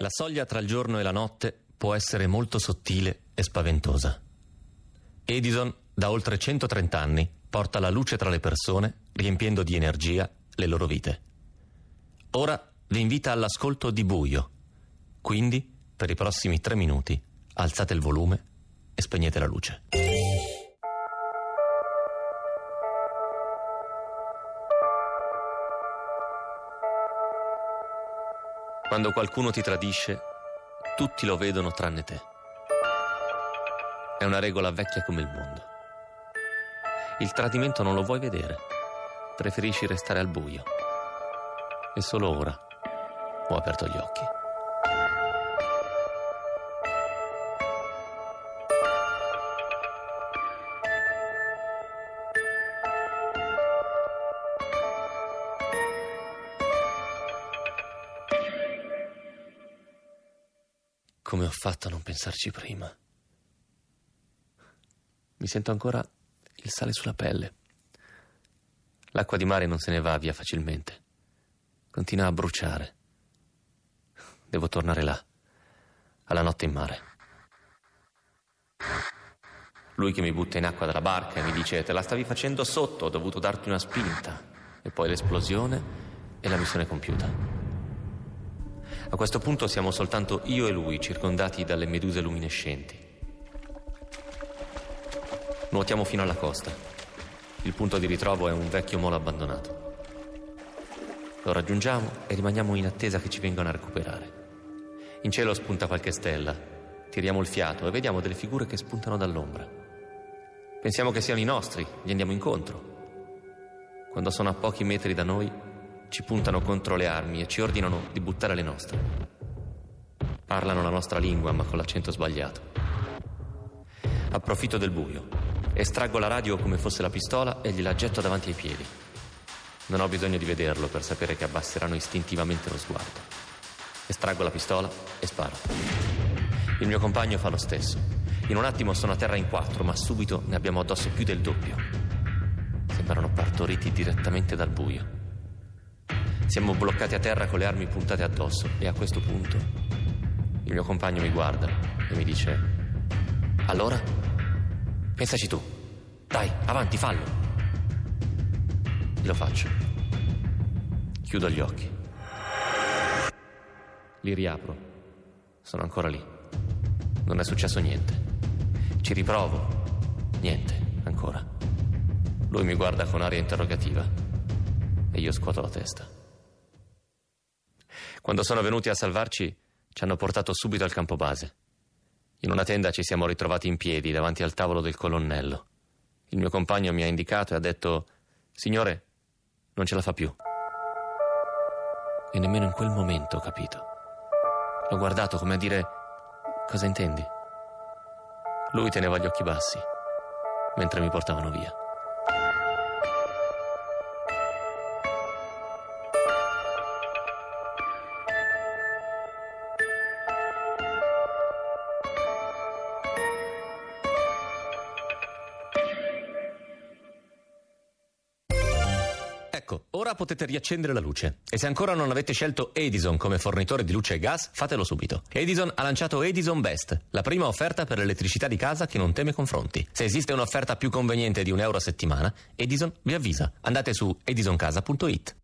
La soglia tra il giorno e la notte può essere molto sottile e spaventosa. Edison, da oltre 130 anni, porta la luce tra le persone, riempiendo di energia le loro vite. Ora vi invita all'ascolto di Buio. Quindi, per i prossimi 3 minuti, alzate il volume e spegnete la luce. Quando qualcuno ti tradisce, tutti lo vedono tranne te. È una regola vecchia come il mondo. Il tradimento non lo vuoi vedere, preferisci restare al buio. E solo ora ho aperto gli occhi. Come ho fatto a non pensarci prima? Mi sento ancora il sale sulla pelle. L'acqua di mare non se ne va via facilmente. Continua a bruciare. Devo tornare là, alla notte in mare. Lui che mi butta in acqua dalla barca e mi dice: te la stavi facendo sotto, ho dovuto darti una spinta. E poi l'esplosione e la missione compiuta. A questo punto siamo soltanto io e lui, circondati dalle meduse luminescenti. Nuotiamo fino alla costa. Il punto di ritrovo è un vecchio molo abbandonato. Lo raggiungiamo e rimaniamo in attesa che ci vengano a recuperare. In cielo spunta qualche stella. Tiriamo il fiato e vediamo delle figure che spuntano dall'ombra. Pensiamo che siano i nostri, gli andiamo incontro. Quando sono a pochi metri da noi, ci puntano contro le armi e ci ordinano di buttare le nostre. Parlano la nostra lingua, ma con l'accento sbagliato. Approfitto del buio, estraggo la radio come fosse la pistola e gliela getto davanti ai piedi. Non ho bisogno di vederlo per sapere che abbasseranno istintivamente lo sguardo. Estraggo la pistola e sparo. Il mio compagno fa lo stesso. In un attimo sono a terra in 4, ma subito ne abbiamo addosso più del doppio. Sembrano partoriti direttamente dal buio. Siamo bloccati a terra con le armi puntate addosso e a questo punto il mio compagno mi guarda e mi dice: allora? Pensaci tu. Dai, avanti, fallo. Lo faccio. Chiudo gli occhi. Li riapro. Sono ancora lì. Non è successo niente. Ci riprovo. Niente, ancora. Lui mi guarda con aria interrogativa e io scuoto la testa. Quando sono venuti a salvarci, ci hanno portato subito al campo base. In una tenda ci siamo ritrovati in piedi davanti al tavolo del colonnello. Il mio compagno mi ha indicato e ha detto: signore, non ce la fa più. E nemmeno in quel momento ho capito. L'ho guardato come a dire: cosa intendi? Lui teneva gli occhi bassi mentre mi portavano via. Ecco, ora potete riaccendere la luce. E se ancora non avete scelto Edison come fornitore di luce e gas, fatelo subito. Edison ha lanciato Edison Best, la prima offerta per l'elettricità di casa che non teme confronti. Se esiste un'offerta più conveniente di €1 a settimana, Edison vi avvisa. Andate su edisoncasa.it.